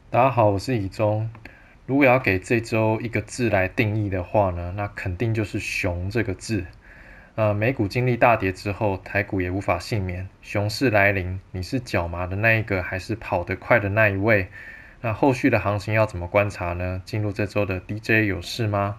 大家好，我是以中。如果要给这周一个字来定义的话呢，那肯定就是"熊"这个字。美股经历大跌之后，台股也无法幸免。熊市来临，你是脚麻的那一个，还是跑得快的那一位？那后续的行情要怎么观察呢？进入这周的 DJ 有事吗？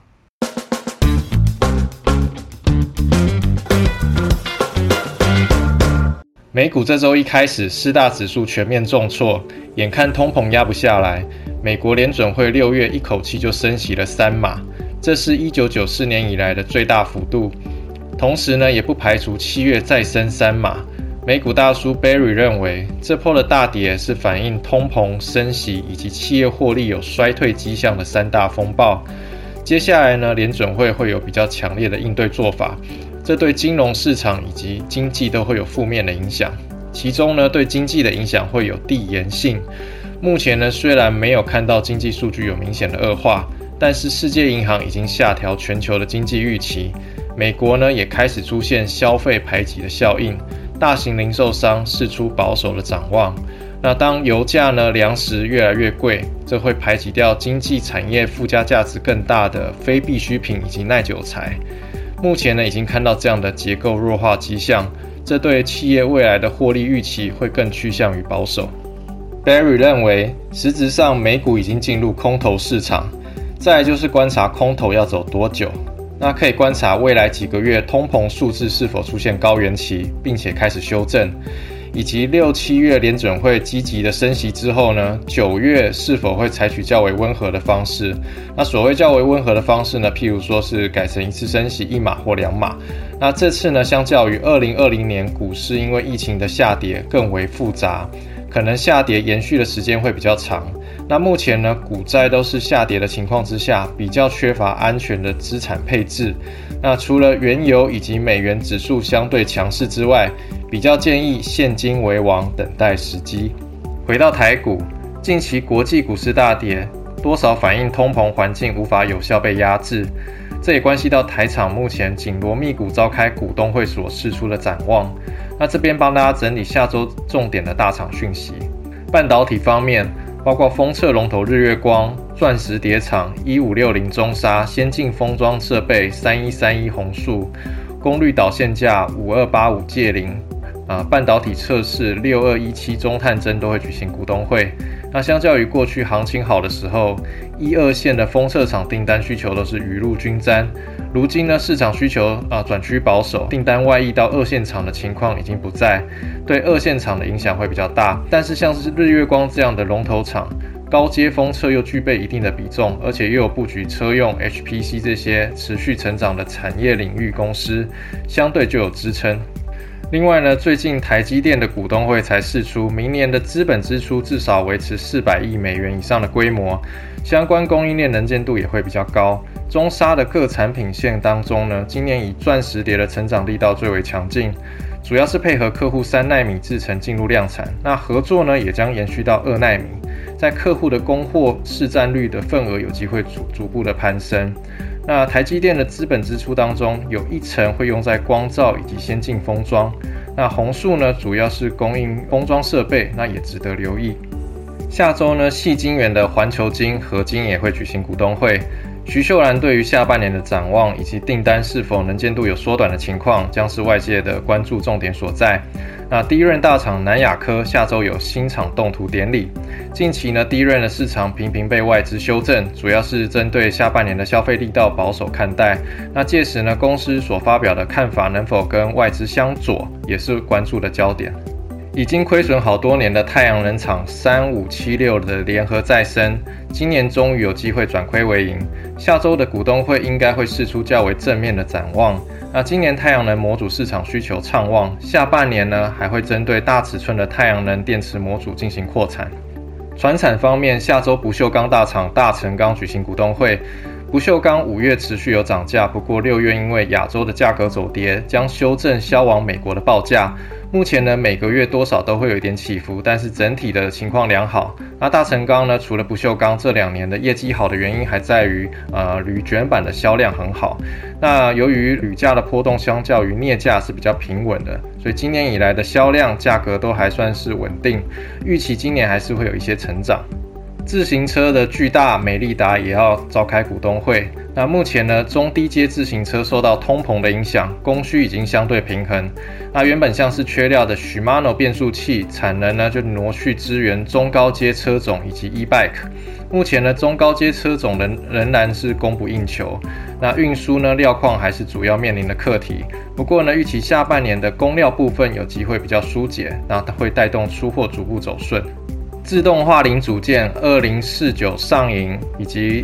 美股这周一开始，四大指数全面重挫，眼看通膨压不下来，美国联准会6月一口气就升息了3码，这是1994年以来的最大幅度。同时呢，也不排除7月再升3码。美股大叔 Barry 认为，这波的大跌是反映通膨、升息以及企业获利有衰退迹象的3大风暴。接下来呢，联准会有比较强烈的应对做法。这对金融市场以及经济都会有负面的影响，其中呢，对经济的影响会有递延性。目前呢，虽然没有看到经济数据有明显的恶化，但是世界银行已经下调全球的经济预期，美国呢也开始出现消费排挤的效应，大型零售商释出保守的展望。那当油价呢、粮食越来越贵，这会排挤掉经济产业附加价值更大的非必需品以及耐久材。目前呢，已经看到这样的结构弱化迹象，这对企业未来的获利预期会更趋向于保守。Barry 认为，实质上美股已经进入空头市场，再来就是观察空头要走多久。那可以观察未来几个月通膨数字是否出现高原期，并且开始修正，以及6、7月联准会积极的升息之后呢，9月是否会采取较为温和的方式。那所谓较为温和的方式呢，譬如说是改成一次升息1码或2码。那这次呢，相较于2020年股市因为疫情的下跌更为复杂，可能下跌延续的时间会比较长。那目前呢，股债都是下跌的情况之下，比较缺乏安全的资产配置。那除了原油以及美元指数相对强势之外，比较建议现金为王，等待时机。回到台股，近期国际股市大跌，多少反映通膨环境无法有效被压制。这也关系到台厂目前紧锣密鼓召开股东会所释出的展望。那这边帮大家整理下周重点的大厂讯息。半导体方面，包括封测龙头日月光、钻石碟厂、1560中砂、先进封装设备、3131弘塑、功率导线架、5285界凌、半导体测试6217中探针都会举行股东会。那相较于过去行情好的时候，1、2线的封测厂订单需求都是雨露均沾。如今呢，市场需求转趋保守，订单外溢到2线厂的情况已经不在，对2线厂的影响会比较大。但是像是日月光这样的龙头厂，高阶封测又具备一定的比重，而且又有布局车用 HPC 这些持续成长的产业领域公司，相对就有支撑。另外呢，最近台积电的股东会才释出，明年的资本支出至少维持400亿美元以上的规模，相关供应链能见度也会比较高。中砂的各产品线当中呢，今年以钻石碟的成长力道最为强劲，主要是配合客户3奈米制程进入量产，那合作呢也将延续到2奈米，在客户的供货市占率的份额有机会逐步的攀升。那台积电的资本支出当中，有1成会用在光罩以及先进封装。那弘塑呢，主要是供应封装设备，那也值得留意。下周呢，矽晶圆的环球晶、合晶也会举行股东会。徐秀兰对于下半年的展望以及订单是否能见度有缩短的情况，将是外界的关注重点所在。那第一任大厂南亚科下周有新厂动土典礼。近期呢，第一任的市场频频被外资修正，主要是针对下半年的消费力道保守看待。那届时呢，公司所发表的看法能否跟外资相左，也是关注的焦点。已经亏损好多年的太阳能厂3576的联合再生，今年终于有机会转亏为盈。下周的股东会应该会释出较为正面的展望。那今年太阳能模组市场需求畅旺，下半年呢还会针对大尺寸的太阳能电池模组进行扩产。传产方面，下周不锈钢大厂大成钢举行股东会。不锈钢5月持续有涨价，不过6月因为亚洲的价格走跌，将修正销往美国的报价。目前呢，每个月多少都会有一点起伏，但是整体的情况良好。那大成钢呢，除了不锈钢这2年的业绩好的原因，还在于铝卷板的销量很好。那由于铝价的波动相较于镍价是比较平稳的，所以今年以来的销量价格都还算是稳定，预期今年还是会有一些成长。 自行车的巨大美利达也要召开股东会。那目前呢，中低阶自行车受到通膨的影响，供需已经相对平衡。那原本像是缺料的 Shimano 变速器产能呢，就挪去支援中高阶车种以及 e-bike。目前呢，中高阶车种仍然是供不应求。那运输呢，料况还是主要面临的课题。不过呢，预期下半年的供料部分有机会比较疏解，那会带动出货逐步走顺。自动化零组件2049上银以及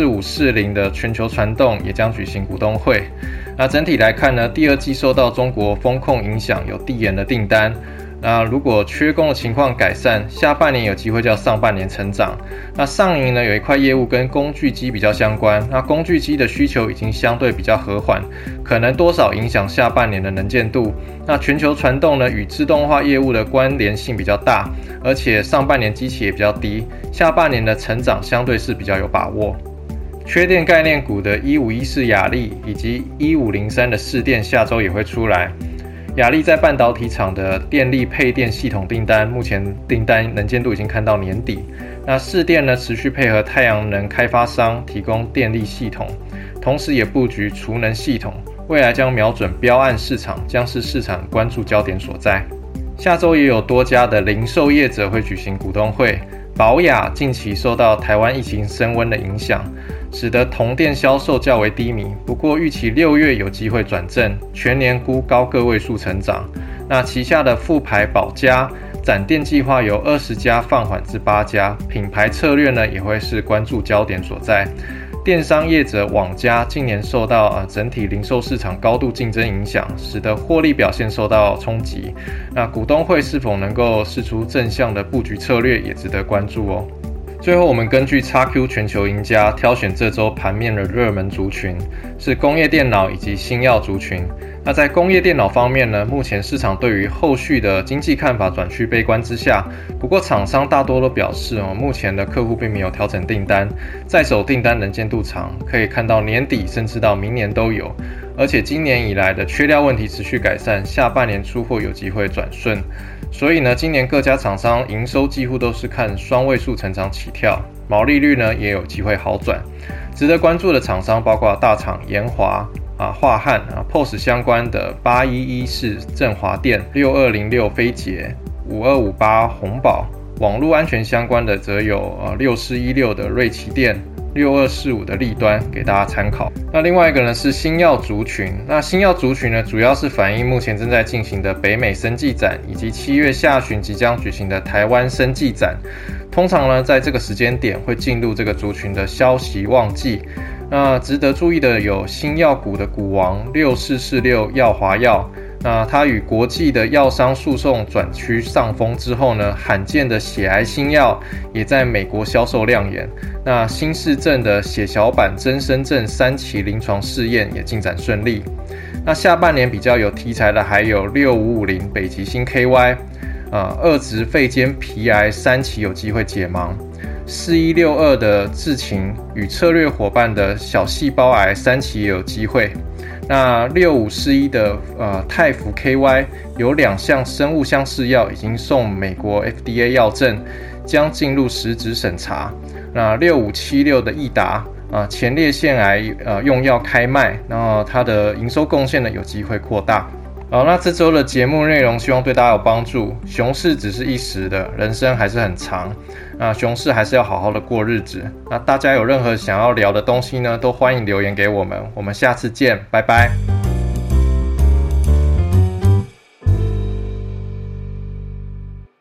4540的全球传动也将举行股东会。那整体来看呢，第二季受到中国风控影响，有递延的订单。那如果缺工的情况改善，下半年有机会较上半年成长。那上银呢，有一块业务跟工具机比较相关，那工具机的需求已经相对比较和缓，可能多少影响下半年的能见度。那全球传动呢，与自动化业务的关联性比较大，而且上半年基期也比较低，下半年的成长相对是比较有把握。缺电概念股的1514亚力以及1503的士电下周也会出来。亚力在半导体厂的电力配电系统订单，目前订单能见度已经看到年底。那士电呢，持续配合太阳能开发商提供电力系统，同时也布局储能系统，未来将瞄准标案市场，将是市场关注焦点所在。下周也有多家的零售业者会举行股东会。宝雅近期受到台湾疫情升温的影响，使得同店销售较为低迷，不过预期6月有机会转正，全年估高个位数成长。那旗下的富牌宝家展店计划由20家放缓至8家，品牌策略呢也会是关注焦点所在。电商业者网家近年受到整体零售市场高度竞争影响，使得获利表现受到冲击。那股东会是否能够释出正向的布局策略，也值得关注哦。最后，我们根据 XQ 全球赢家挑选这周盘面的热门族群，是工业电脑以及新药族群。那在工业电脑方面呢，目前市场对于后续的经济看法转趋悲观之下，不过厂商大多都表示目前的客户并没有调整订单，在手订单能见度长，可以看到年底甚至到明年都有。而且今年以来的缺料问题持续改善，下半年出货有机会转顺。所以呢，今年各家厂商营收几乎都是看双位数成长起跳，毛利率呢也有机会好转。值得关注的厂商包括大厂研华、华汉、POS 相关的8114振华电、6206飞捷、5258宏宝，网络安全相关的则有6416的瑞奇电、6245的立端，给大家参考。那另外一个呢是新药族群，那新药族群呢主要是反映目前正在进行的北美生技展，以及7月下旬即将举行的台湾生技展。通常呢在这个时间点会进入这个族群的消息旺季。那值得注意的有新药股的股王6446药华药。那它与国际的药商诉讼转趋上风之后呢，罕见的血癌新药也在美国销售亮眼。那新市镇的血小板增生症3期临床试验也进展顺利。那下半年比较有题材的还有6550北极星 KY，二质肺间皮癌3期有机会解盲。4162的智勤与策略伙伴的小细胞癌3期也有机会。那6541的泰福 KY 有2项生物相似药已经送美国 FDA 药证，将进入实质审查。那6576的益达前列腺癌用药开卖，那它的营收贡献呢有机会扩大。好，那这周的节目内容希望对大家有帮助。熊市只是一时的，人生还是很长。那熊市还是要好好的过日子。那大家有任何想要聊的东西呢，都欢迎留言给我们。我们下次见，拜拜。